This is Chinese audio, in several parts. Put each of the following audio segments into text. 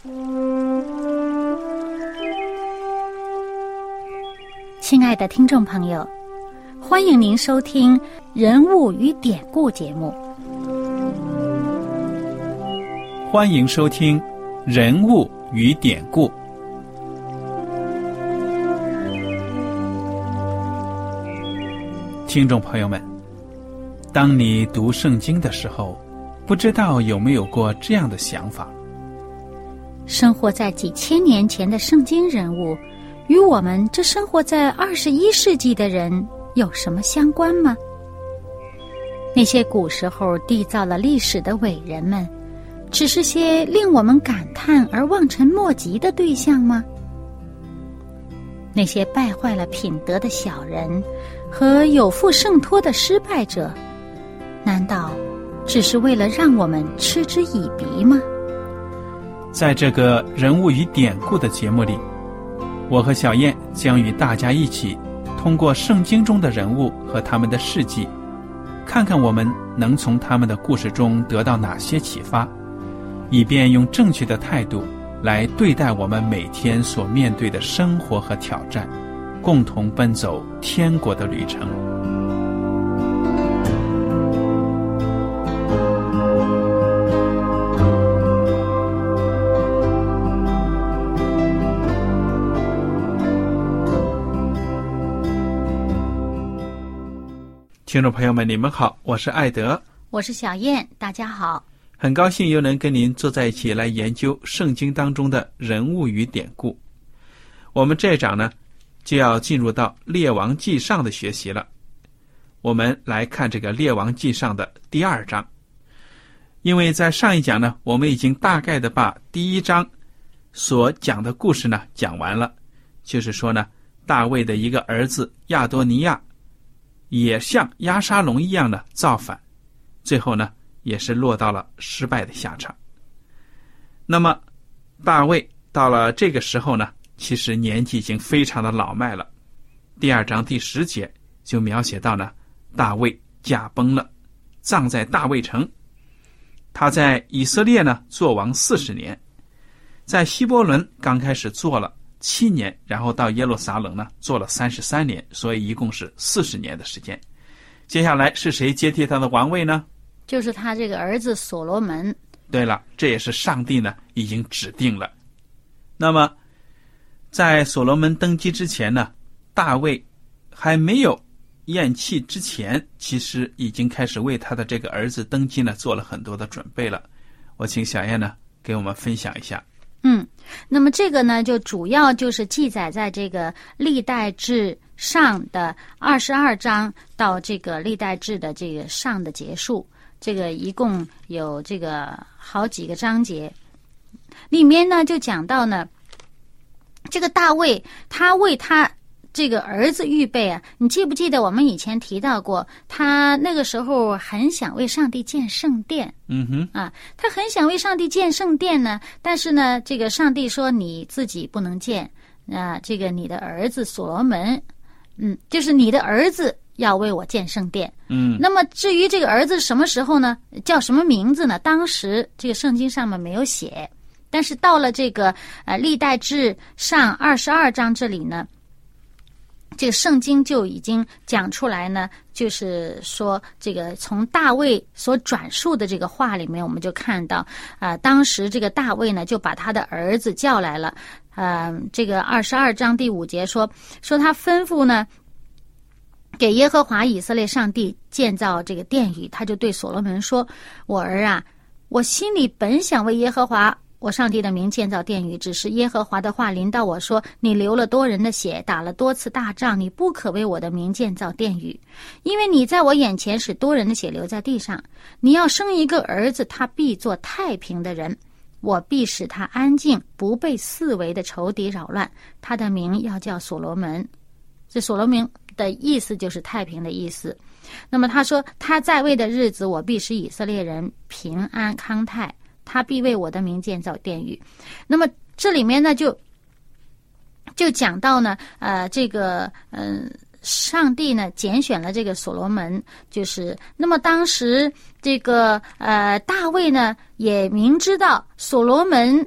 亲爱的听众朋友，欢迎您收听《人物与典故》节目。 欢迎收听《人物与典故》。听众朋友们，当你读圣经的时候，不知道有没有过这样的想法： 生活在几千年前的圣经人物，与我们这生活在21世纪的人有什么相关吗？那些古时候缔造了历史的伟人们，只是些令我们感叹而望尘莫及的对象吗？那些败坏了品德的小人和有负圣托的失败者，难道只是为了让我们嗤之以鼻吗？ 在这个人物与典故的节目里，我和小燕将与大家一起通过圣经中的人物和他们的事迹，看看我们能从他们的故事中得到哪些启发，以便用正确的态度来对待我们每天所面对的生活和挑战，共同奔走天国的旅程。听众朋友们，你们好，我是艾德， 我是小燕，大家好。 很高兴又能跟您坐在一起来研究圣经当中的人物与典故。我们这一章呢，就要进入到列王纪上的学习了。我们来看这个列王纪上的第2章。因为在上一讲呢，我们已经大概的把第1章所讲的故事呢讲完了，就是说呢，大卫的一个儿子亚多尼亚也像押沙龙一样的造反，最后呢也是落到了失败的下场。那么大卫到了这个时候呢，其实年纪已经非常的老迈了。第2章第10节就描写到呢，大卫驾崩了，葬在大卫城。他在以色列呢做王40年，在希伯伦刚开始做了7年，然后到耶路撒冷呢做了33年，所以一共是40年的时间。接下来是谁接替他的王位呢？ 就是他这个儿子所罗门。 对了，这也是上帝呢已经指定了。那么在所罗门登基之前呢，大卫还没有咽气之前，其实已经开始为他的这个儿子登基呢做了很多的准备了。我请小燕呢给我们分享一下。 那么这个呢，就主要就是记载在这个历代志上的22章到这个历代志的这个上的结束，这个一共有这个好几个章节，里面呢就讲到呢，这个大卫他为他这个儿子预备啊，你记不记得我们以前提到过，他那个时候很想为上帝建圣殿。他很想为上帝建圣殿呢，但是呢，这个上帝说你自己不能建，这个你的儿子所罗门，就是你的儿子要为我建圣殿。那么至于这个儿子什么时候呢，叫什么名字呢？当时这个圣经上面没有写，但是到了这个历代志上22章这里呢，这个圣经就已经讲出来呢，就是说这个从大卫所转述的这个话里面，我们就看到当时这个大卫呢就把他的儿子叫来了。这个22章第5节说他吩咐呢给耶和华以色列上帝建造这个殿宇，他就对所罗门说，我儿啊，我心里本想为耶和华我上帝的名建造殿宇，只是耶和华的话临到我说，你流了多人的血，打了多次大仗，你不可为我的名建造殿宇，因为你在我眼前使多人的血流在地上。你要生一个儿子，他必做太平的人，我必使他安静，不被四围的仇敌扰乱，他的名要叫所罗门。这所罗门的意思就是太平的意思。那么他说，他在位的日子，我必使以色列人平安康泰，他必为我的名建造殿宇。那么这里面呢就讲到呢这个上帝呢拣选了这个所罗门，就是那么当时这个大卫呢也明知道所罗门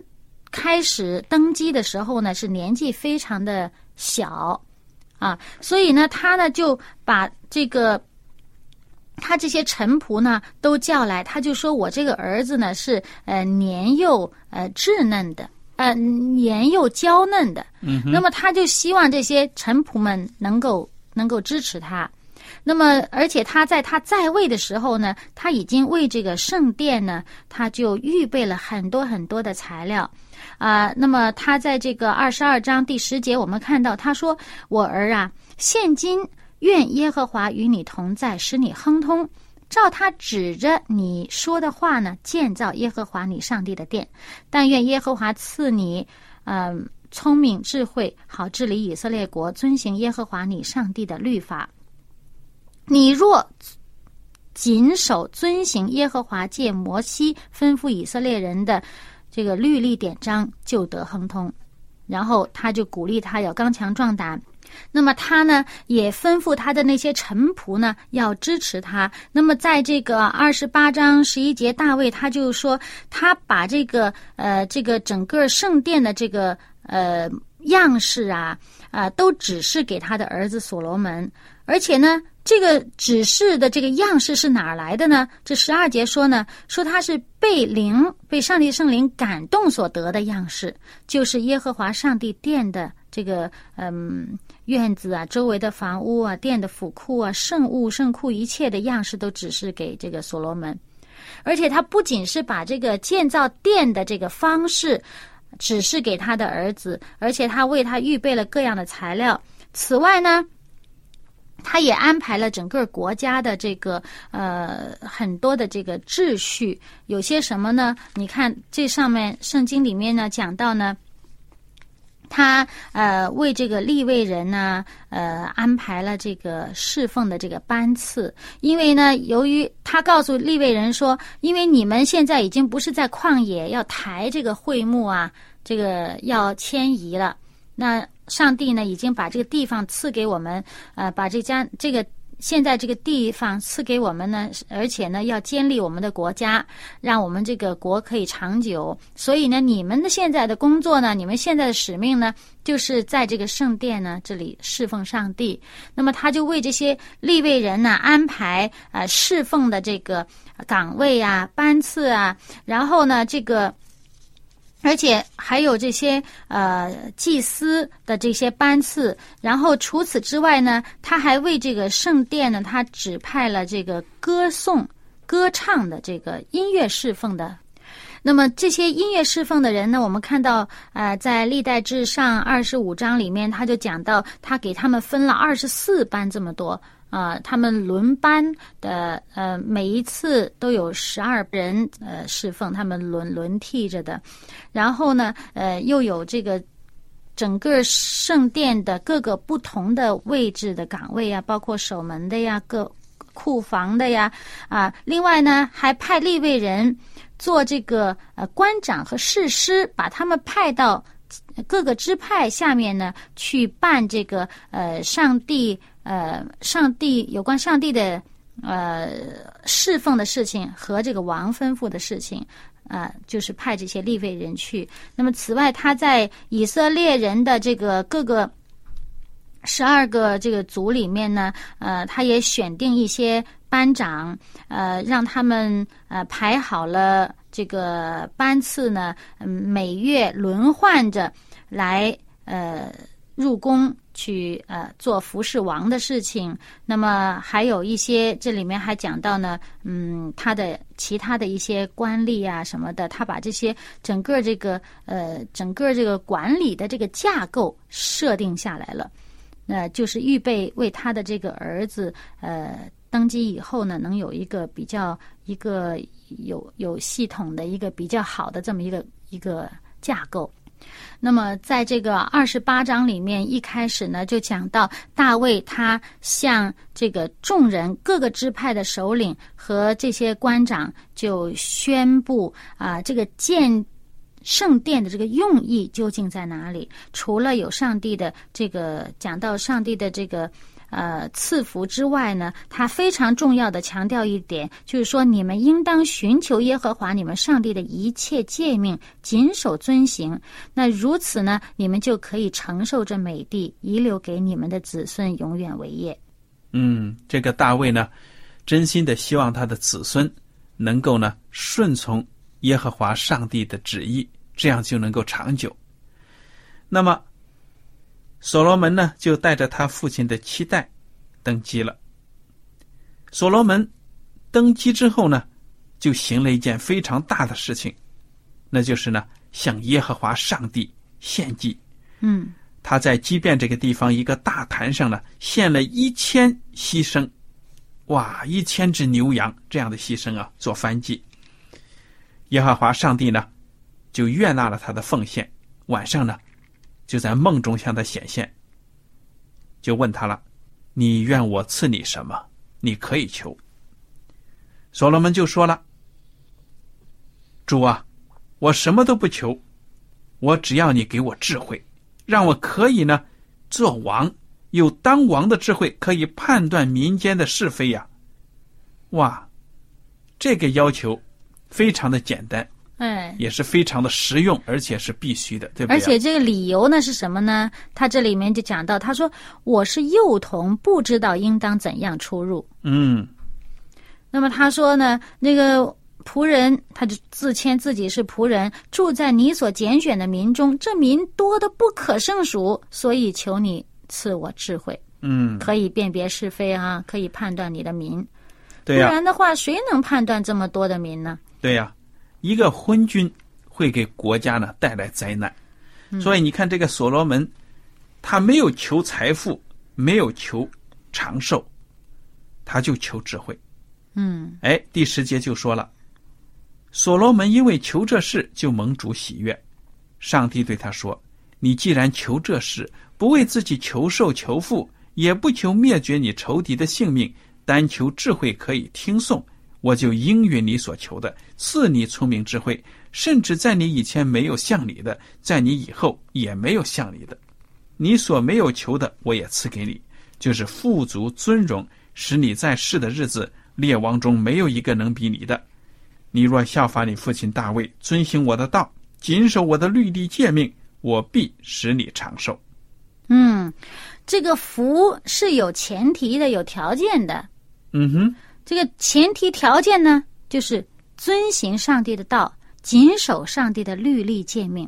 开始登基的时候呢，是年纪非常的小啊，所以呢，他呢就把他这些臣仆呢都叫来，他就说我这个儿子呢是年幼稚嫩的。年幼娇嫩的，那么他就希望这些臣仆们能够支持他。那么，而且他在位的时候呢，他已经为这个圣殿呢，他就预备了很多很多的材料那么他在这个22章第10节，我们看到他说：“我儿啊，现今愿耶和华与你同在，使你亨通。”照他指着你说的话呢，建造耶和华你上帝的殿。但愿耶和华赐你聪明智慧，好治理以色列国，遵行耶和华你上帝的律法。你若谨守遵行耶和华借摩西吩咐以色列人的这个律例典章，就得亨通。然后他就鼓励他要刚强壮胆。那么他呢，也吩咐他的那些臣仆呢，要支持他。那么在这个28章11节，大卫他就说，他把这个整个圣殿的这个样式都指示给他的儿子所罗门。而且呢，这个指示的这个样式是哪儿来的呢？这12节说呢，说他是被上帝圣灵感动所得的样式，就是耶和华上帝殿的这个院子周围的房屋殿的府库圣物圣库一切的样式都指示给这个所罗门。而且他不仅是把这个建造殿的这个方式指示给他的儿子，而且他为他预备了各样的材料。此外呢，他也安排了整个国家的这个很多的这个秩序。有些什么呢？你看这上面圣经里面呢讲到呢，他为这个利未人呢安排了这个侍奉的这个班次。因为呢，由于他告诉利未人说，因为你们现在已经不是在旷野要抬这个会幕这个要迁移了，那上帝呢已经把这个地方赐给我们把现在这个地方赐给我们呢，而且呢要建立我们的国家，让我们这个国可以长久。所以呢，你们的现在的工作呢，你们现在的使命呢，就是在这个圣殿呢这里侍奉上帝。那么他就为这些利未人呢安排侍奉的这个岗位班次然后呢而且还有这些祭司的这些班次。然后除此之外呢，他还为这个圣殿呢，他指派了这个歌唱的这个音乐侍奉的。那么这些音乐侍奉的人呢，我们看到在历代志上25章里面，他就讲到他给他们分了24班这么多他们轮班的每一次都有12人侍奉，他们轮替着的。然后呢又有这个整个圣殿的各个不同的位置的岗位包括守门的各库房的另外呢还派利未人做这个官长和士师，把他们派到各个支派下面呢去办这个上帝有关上帝的侍奉的事情和这个王吩咐的事情就是派这些利未人去。那么此外，他在以色列人的这个各个12个这个族里面呢他也选定一些班长让他们排好了这个班次呢每月轮换着来入宫去做服侍王的事情。那么还有一些这里面还讲到呢他的其他的一些官吏什么的，他把这些整个这个管理的这个架构设定下来了，就是预备为他的这个儿子登基以后呢，能有一个比较有系统的一个比较好的这么一个架构。那么在这个28章里面一开始呢，就讲到大卫他向这个众人各个支派的首领和这些官长就宣布这个建圣殿的这个用意究竟在哪里。除了有上帝的这个讲到上帝的这个赐福之外呢，他非常重要的强调一点，就是说你们应当寻求耶和华你们上帝的一切诫命，谨守遵行。那如此呢，你们就可以承受这美地，遗留给你们的子孙永远为业。 这个大卫呢，真心的希望他的子孙能够呢顺从耶和华上帝的旨意，这样就能够长久。那么所罗门呢，就带着他父亲的期待登基了。所罗门登基之后呢，就行了一件非常大的事情，那就是呢，向耶和华上帝献祭。他在基遍这个地方一个大坛上呢，献了1000牺牲，1000只牛羊这样的牺牲啊，做燔祭。耶和华上帝呢，就悦纳了他的奉献。晚上呢，就在梦中向他显现，就问他了：你愿我赐你什么？你可以求。所罗门就说了：主啊，我什么都不求，我只要你给我智慧，让我可以呢做王，有当王的智慧，可以判断民间的是非呀。这个要求非常的简单，也是非常的实用，而且是必须的，对不对？ 而且这个理由呢是什么呢？他这里面就讲到，他说我是幼童，不知道应当怎样出入。那么他说呢，那个仆人他就自称自己是仆人，住在你所拣选的民中，这民多得不可胜数，所以求你赐我智慧，可以辨别是非啊，可以判断你的民。 对呀， 不然的话，谁能判断这么多的民呢？ 对呀，一个昏君会给国家呢带来灾难。所以你看这个所罗门，他没有求财富，没有求长寿，他就求智慧。第10节就说了，所罗门因为求这事，就蒙主喜悦。上帝对他说：你既然求这事，不为自己求寿求富，也不求灭绝你仇敌的性命，单求智慧可以听颂，我就应允你所求的，赐你聪明智慧，甚至在你以前没有向你的，在你以后也没有向你的。你所没有求的，我也赐给你，就是富足尊荣，使你在世的日子，列王中没有一个能比你的。你若效法你父亲大卫，遵行我的道，谨守我的律例诫命，我必使你长寿。 这个福是有前提的，有条件的。这个前提条件呢，就是遵行上帝的道，谨守上帝的律例诫命。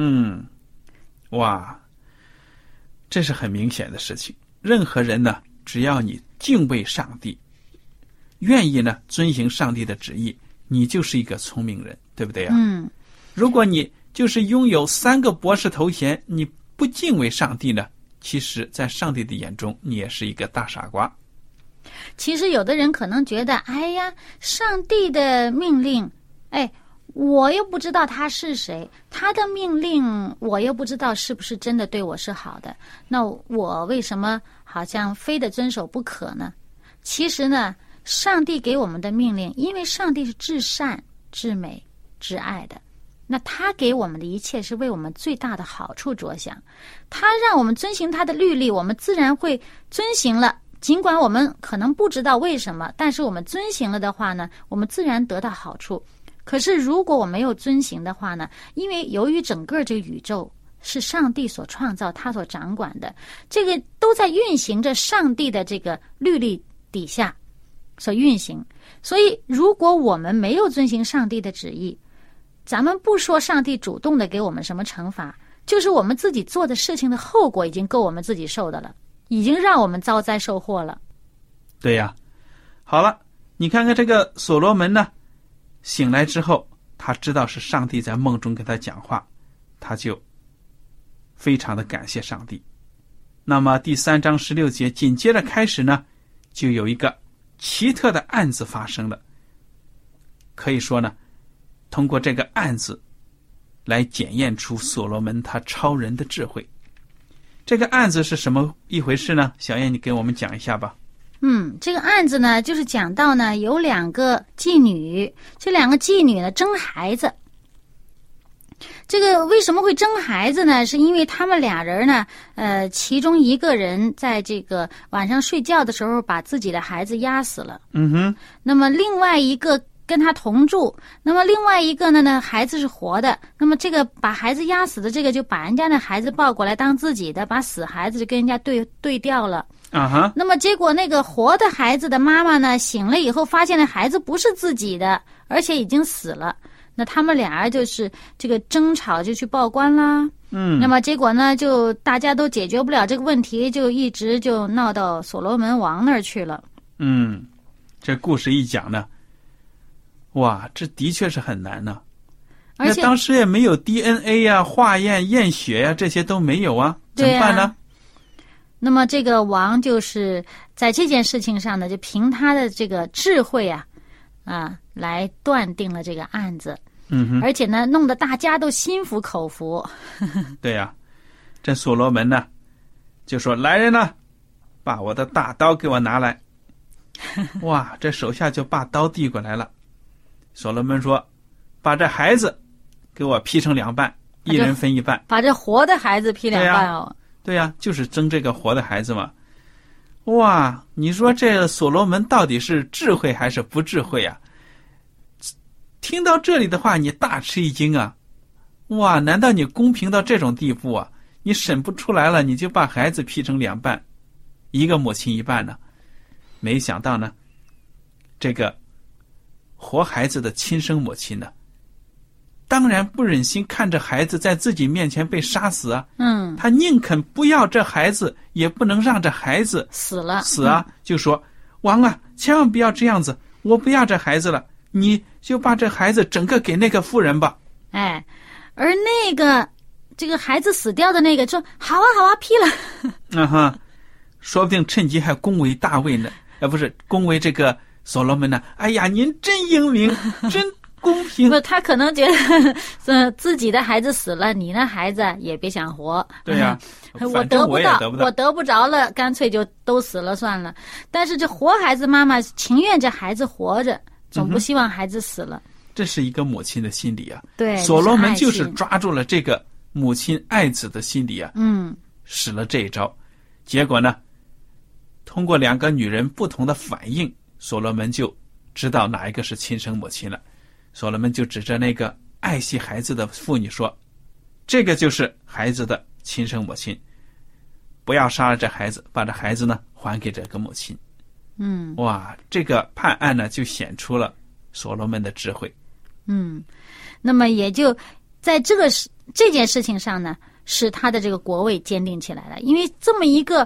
这是很明显的事情。任何人呢，只要你敬畏上帝，愿意呢遵行上帝的旨意，你就是一个聪明人，对不对啊？如果你就是拥有3个博士头衔，你不敬畏上帝呢，其实在上帝的眼中，你也是一个大傻瓜。 其实有的人可能觉得，上帝的命令，我又不知道他是谁，他的命令我又不知道是不是真的对我是好的，那我为什么好像非得遵守不可呢？其实呢，上帝给我们的命令，因为上帝是至善、至美、至爱的，那他给我们的一切是为我们最大的好处着想，他让我们遵行他的律例，我们自然会遵行了。尽管我们可能不知道为什么，但是我们遵行了的话呢，我们自然得到好处。可是如果我没有遵行的话呢，因为由于整个这个宇宙是上帝所创造，他所掌管的，这个都在运行着上帝的这个律例底下所运行，所以如果我们没有遵行上帝的旨意，咱们不说上帝主动的给我们什么惩罚，就是我们自己做的事情的后果已经够我们自己受的了，已经让我们遭灾受祸了。 对呀，好了，你看看这个所罗门呢，醒来之后，他知道是上帝在梦中跟他讲话，他就非常的感谢上帝。那么第3章16节紧接着开始呢，就有一个奇特的案子发生了。可以说呢，通过这个案子来检验出所罗门他超人的智慧。这个案子是什么一回事呢？小燕，你给我们讲一下吧。 这个案子呢，就是讲到呢，有2个妓女，这2个妓女呢争孩子。 这个为什么会争孩子呢？是因为他们俩人呢，其中一个人在这个晚上睡觉的时候把自己的孩子压死了。那么另外一个跟他同住，那么另外一个呢，孩子是活的。那么这个把孩子压死的这个就把人家的孩子抱过来当自己的，把死孩子就跟人家对调了。那么结果那个活的孩子的妈妈呢，醒了以后发现那孩子不是自己的，而且已经死了。那他们俩人就是这个争吵，就去报官啦。那么结果呢，就大家都解决不了这个问题，就一直就闹到所罗门王那儿去了。 这故事一讲呢，哇，这的确是很难呢。 而且当时也没有 DNA 呀、化验、验血呀，这些都没有啊，怎么办呢？ 那么这个王就是在这件事情上呢，就凭他的这个智慧来断定了这个案子。而且呢，弄得大家都心服口服。 对呀，这所罗门呢，就说：“来人呐，把我的大刀给我拿来。”哇，这手下就把刀递过来了。所罗门说：“把这孩子给我劈成2半，一人分1半。” 把这活的孩子劈2半哦。 对呀，就是争这个活的孩子嘛。哇，你说这所罗门到底是智慧还是不智慧啊？听到这里的话，你大吃一惊啊！哇，难道你公平到这种地步啊？你审不出来了，你就把孩子劈成2半，一个母亲1半呢？没想到呢，这个活孩子的亲生母亲呢，当然不忍心看着孩子在自己面前被杀死啊。他宁肯不要这孩子，也不能让这孩子死啊。就说：“王啊，千万不要这样子，我不要这孩子了，你就把这孩子整个给那个妇人吧。” 而那个这个孩子死掉的那个说：“好啊好啊，劈了。” 说不定趁机还恭维大卫呢，不是恭维这个所罗门呢。哎呀，您真英明，真公平。 不，他可能觉得自己的孩子死了，你那孩子也别想活。 对呀， 我得不着了，干脆就都死了算了。但是这活孩子妈妈情愿这孩子活着，总不希望孩子死了。 这是一个母亲的心理啊。 对， 所罗门就是抓住了这个母亲爱子的心理啊。使了这一招，结果呢，通过2个女人不同的反应，所罗门就知道哪一个是亲生母亲了。所罗门就指着那个爱惜孩子的妇女说：“这个就是孩子的亲生母亲，不要杀了这孩子，把这孩子呢还给这个母亲。”哇，这个判案呢就显出了所罗门的智慧。 那么也就在这件事情上呢，使他的这个国位坚定起来了。因为这么一个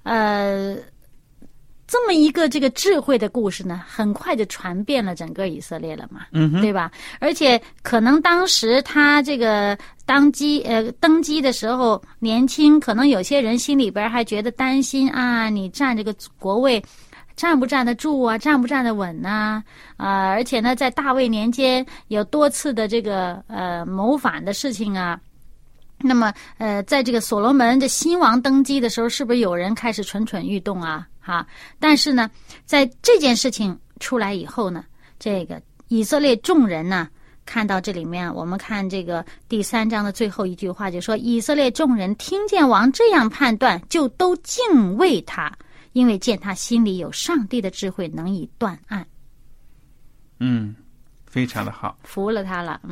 这个智慧的故事呢，很快就传遍了整个以色列了嘛，对吧？而且可能当时他这个登基的时候年轻，可能有些人心里边还觉得担心啊，你占这个国位站不站得住啊，站不站得稳呐？而且呢，在大卫年间有多次的这个谋反的事情啊。那么在这个所罗门这新王登基的时候，是不是有人开始蠢蠢欲动啊？但是呢，在这件事情出来以后呢，这个以色列众人呢，看到这里面，我们看这个第3章的最后一句话，就说以色列众人听见王这样判断，就都敬畏他，因为见他心里有上帝的智慧，能以断案。 非常的好， 服了他了。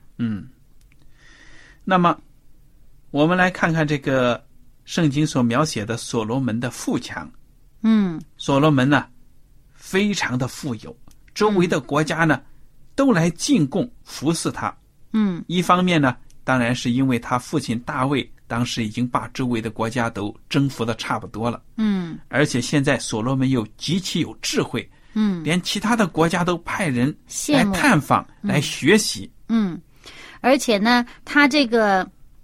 那么我们来看看这个圣经所描写的所罗门的富强。所罗门呢非常的富有，周围的国家呢都来进贡服侍他。一方面呢，当然是因为他父亲大卫当时已经把周围的国家都征服的差不多了。而且现在所罗门又极其有智慧，连其他的国家都派人来探访，来学习。 而且呢，他这个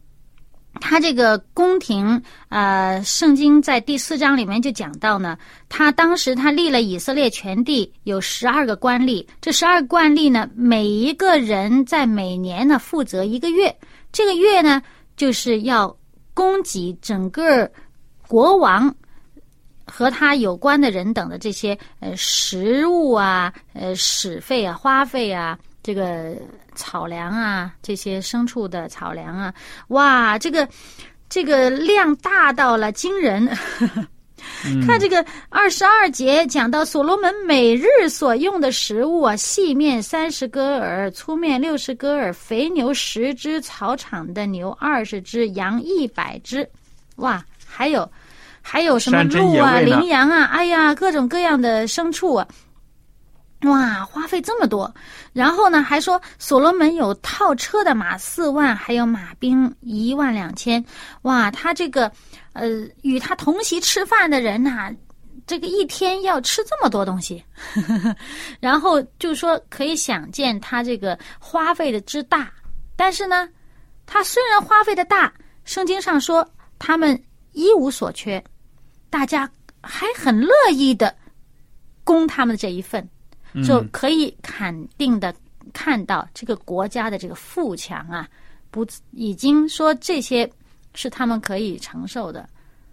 宫廷，圣经在第4章里面就讲到呢，他当时他立了以色列全地有12个官吏，这12个官吏呢，每一个人在每年呢负责1个月，这个月呢就是要供给整个国王和他有关的人等的这些食物啊、使费啊、花费啊，这个草粮啊，这些牲畜的草粮啊，哇，这个量大到了惊人。看这个22节讲到所罗门每日所用的食物啊，细面30戈尔，粗面60戈尔，肥牛10只，草场的牛20只，羊100只。哇，还有什么鹿啊、羚羊啊，哎呀，各种各样的牲畜啊。哇，花费这么多。然后呢，还说所罗门有套车的马4万，还有马兵12000。哇，他这个与他同席吃饭的人呐，这个一天要吃这么多东西。然后就说可以想见他这个花费的之大。但是呢，他虽然花费的大，圣经上说他们一无所缺，大家还很乐意的供他们的这一份。就可以肯定的看到这个国家的这个富强啊，已经说这些是他们可以承受的。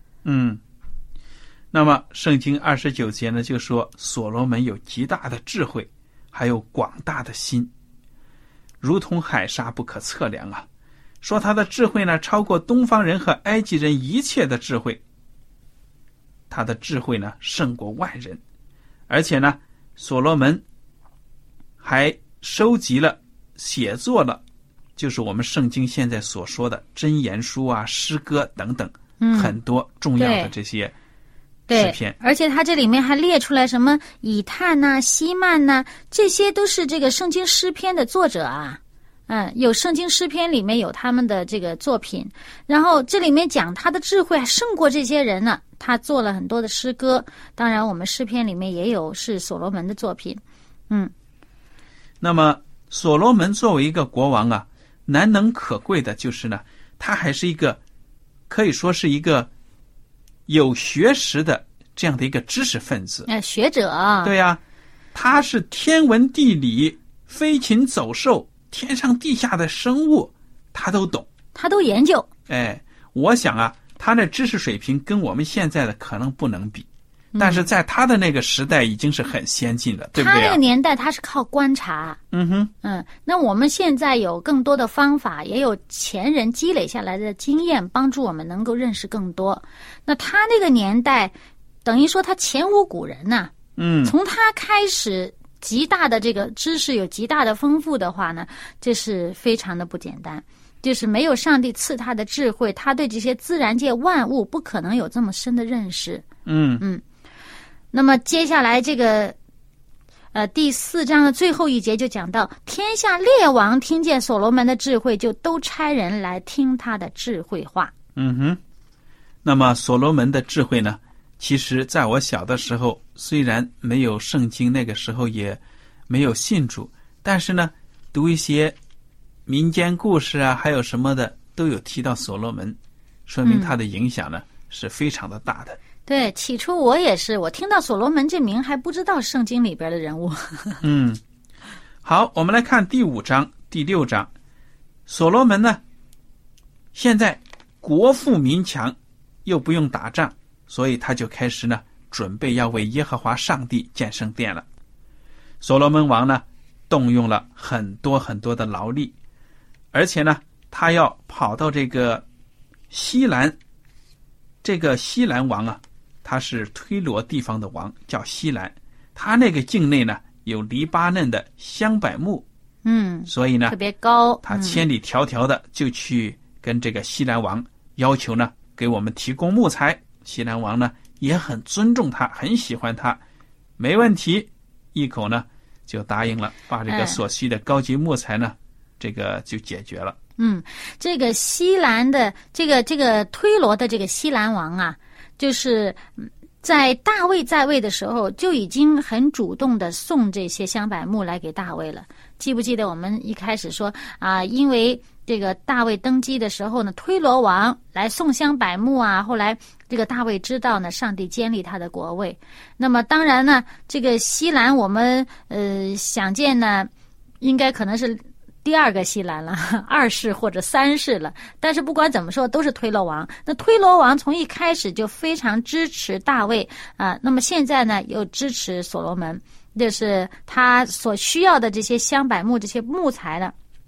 那么圣经29节呢，就说所罗门有极大的智慧，还有广大的心，如同海沙不可测量啊。说他的智慧呢，超过东方人和埃及人一切的智慧，他的智慧呢，胜过万人。而且呢，所罗门还收集了、写作了，就是我们圣经现在所说的箴言书啊、诗歌等等，很多重要的这些诗篇。 而且他这里面还列出来什么以探呐、希曼呐，这些都是这个圣经诗篇的作者啊。有圣经诗篇里面有他们的这个作品，然后这里面讲他的智慧胜过这些人呢。他做了很多的诗歌，当然我们诗篇里面也有是所罗门的作品。 那么所罗门作为一个国王啊，难能可贵的就是呢，他还是一个可以说是一个有学识的这样的一个知识分子。 学者。 对呀，他是天文地理、飞禽走兽、天上地下的生物，他都懂， 他都研究。 我想啊，他的知识水平跟我们现在的可能不能比，但是在他的那个时代已经是很先进的，对不对？ 他那个年代他是靠观察。那我们现在有更多的方法，也有前人积累下来的经验，帮助我们能够认识更多。那他那个年代等于说他前无古人呐。从他开始极大的这个知识有极大的丰富的话呢，这是非常的不简单。就是没有上帝赐他的智慧，他对这些自然界万物不可能有这么深的认识。那么接下来这个第4章的最后一节就讲到，天下列王听见所罗门的智慧，就都差人来听他的智慧话。 那么所罗门的智慧呢，其实在我小的时候，虽然没有圣经，那个时候也没有信主，但是呢，读一些民间故事啊，还有什么的，都有提到所罗门，说明他的影响呢，是非常的大的。 对，起初我也是，我听到所罗门这名还不知道圣经里边的人物。 好，我们来看第5章、第6章。所罗门呢，现在国富民强，又不用打仗，所以他就开始呢，准备要为耶和华上帝建圣殿了。所罗门王呢，动用了很多很多的劳力，而且呢，他要跑到这个西兰，这个西兰王啊，他是推罗地方的王，叫西兰。他那个境内呢，有黎巴嫩的香柏木，所以呢，特别高。 他千里迢迢的就去跟这个西兰王要求呢，给我们提供木材。西兰王呢，也很尊重他，很喜欢他，没问题，一口呢就答应了，把这个所需的高级木材呢，这个就解决了。 这个西兰的这个推罗的这个西兰王啊，就是在大卫在位的时候就已经很主动的送这些香柏木来给大卫了。记不记得我们一开始说因为这个大卫登基的时候呢，推罗王来送香柏木啊，后来这个大卫知道呢，上帝建立他的国位。那么当然呢，这个西兰我们想见呢，应该可能是第2个西兰了，2世或者3世了。但是不管怎么说，都是推罗王。那推罗王从一开始就非常支持大卫那么现在呢，又支持所罗门，就是他所需要的这些香柏木这些木材呢，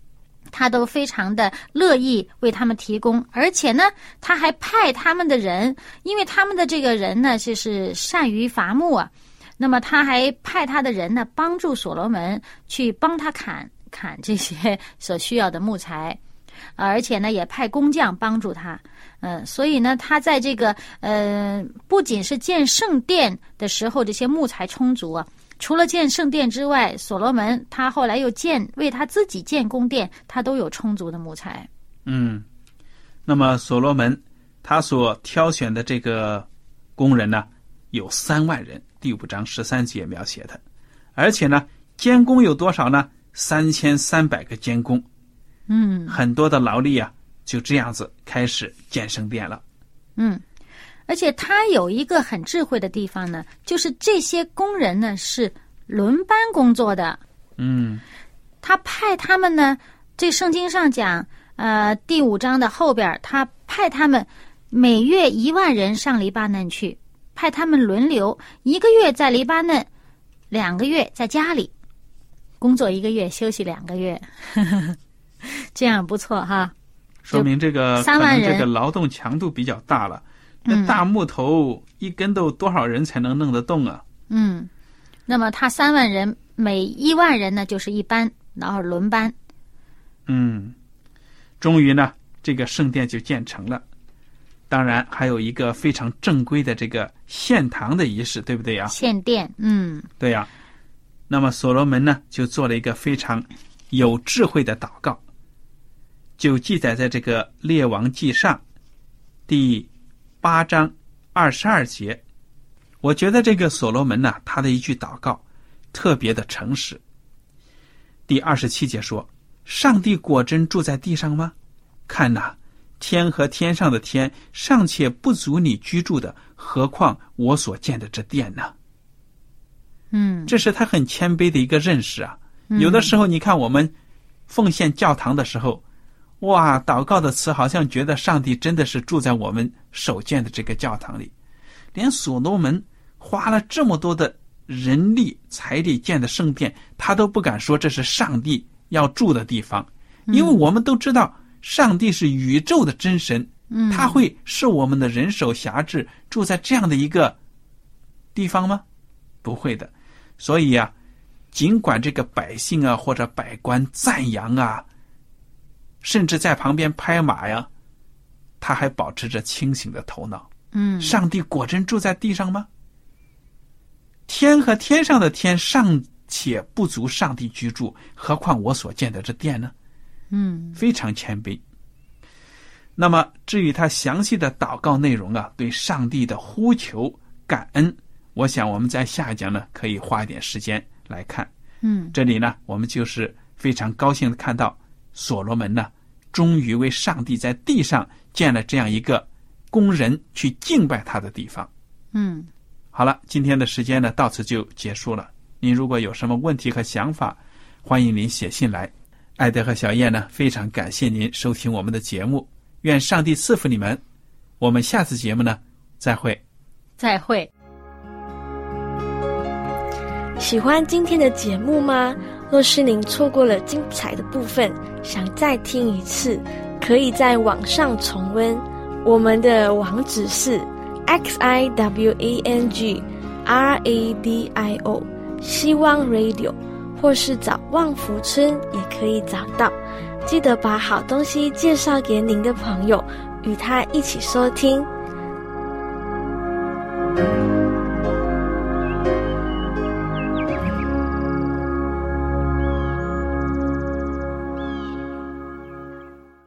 他都非常的乐意为他们提供，而且呢，他还派他们的人，因为他们的这个人呢，就是善于伐木啊，那么他还派他的人呢，帮助所罗门去帮他砍这些所需要的木材，而且呢，也派工匠帮助他。所以呢，他在这个不仅是建圣殿的时候，这些木材充足啊。除了建圣殿之外，所罗门他后来又为他自己建宫殿，他都有充足的木材。 那么所罗门他所挑选的这个工人呢，有3万人，第5章13节描写的。而且呢，监工有多少呢？3300个监工。很多的劳力啊，就这样子开始建圣殿了。 而且他有一个很智慧的地方呢，就是这些工人呢是轮班工作的。他派他们呢，这圣经上讲，第5章的后边，他派他们每月1万人上黎巴嫩去，派他们轮流，1个月在黎巴嫩，2个月在家里工作，1个月休息2个月，这样不错哈。 说明这个 3万人， 可能这个劳动强度比较大了。这大木头一根都多少人才能弄得动啊？ 那么他3万人，每1万人呢就是一班，然后轮班。 终于呢，这个圣殿就建成了。当然还有一个非常正规的这个献堂的仪式，对不对呀？ 献殿， 对呀。那么所罗门呢，就做了一个非常有智慧的祷告，就记载在这个列王记上第8章22节。我觉得这个所罗门呢，他的一句祷告特别的诚实。第27节说，上帝果真住在地上吗？看哪，天和天上的天尚且不足你居住的，何况我所建的这殿呢？这是他很谦卑的一个认识啊。有的时候你看我们奉献教堂的时候，哇，祷告的词好像觉得上帝真的是住在我们所建的这个教堂里。连所罗门花了这么多的人力财力建的圣殿，他都不敢说这是上帝要住的地方，因为我们都知道上帝是宇宙的真神，他会是我们的人手辖制住在这样的一个地方吗？不会的。所以啊，尽管这个百姓啊或者百官赞扬啊，甚至在旁边拍马呀，他还保持着清醒的头脑。上帝果真住在地上吗？天和天上的天尚且不足上帝居住，何况我所建的这殿呢？非常谦卑。那么至于他详细的祷告内容啊，对上帝的呼求感恩，我想我们在下一讲呢可以花一点时间来看。这里呢我们就是非常高兴的看到所罗门呢终于为上帝在地上建了这样一个供人去敬拜他的地方。好了，今天的时间呢到此就结束了。您如果有什么问题和想法，欢迎您写信来。艾德和小燕呢非常感谢您收听我们的节目，愿上帝赐福你们。我们下次节目呢再会。 喜欢今天的节目吗？若是您错过了精彩的部分，想再听一次，可以在网上重温。我们的网址是 xiwangradio 希望 radio， 或是找旺福村也可以找到。记得把好东西介绍给您的朋友，与他一起收听。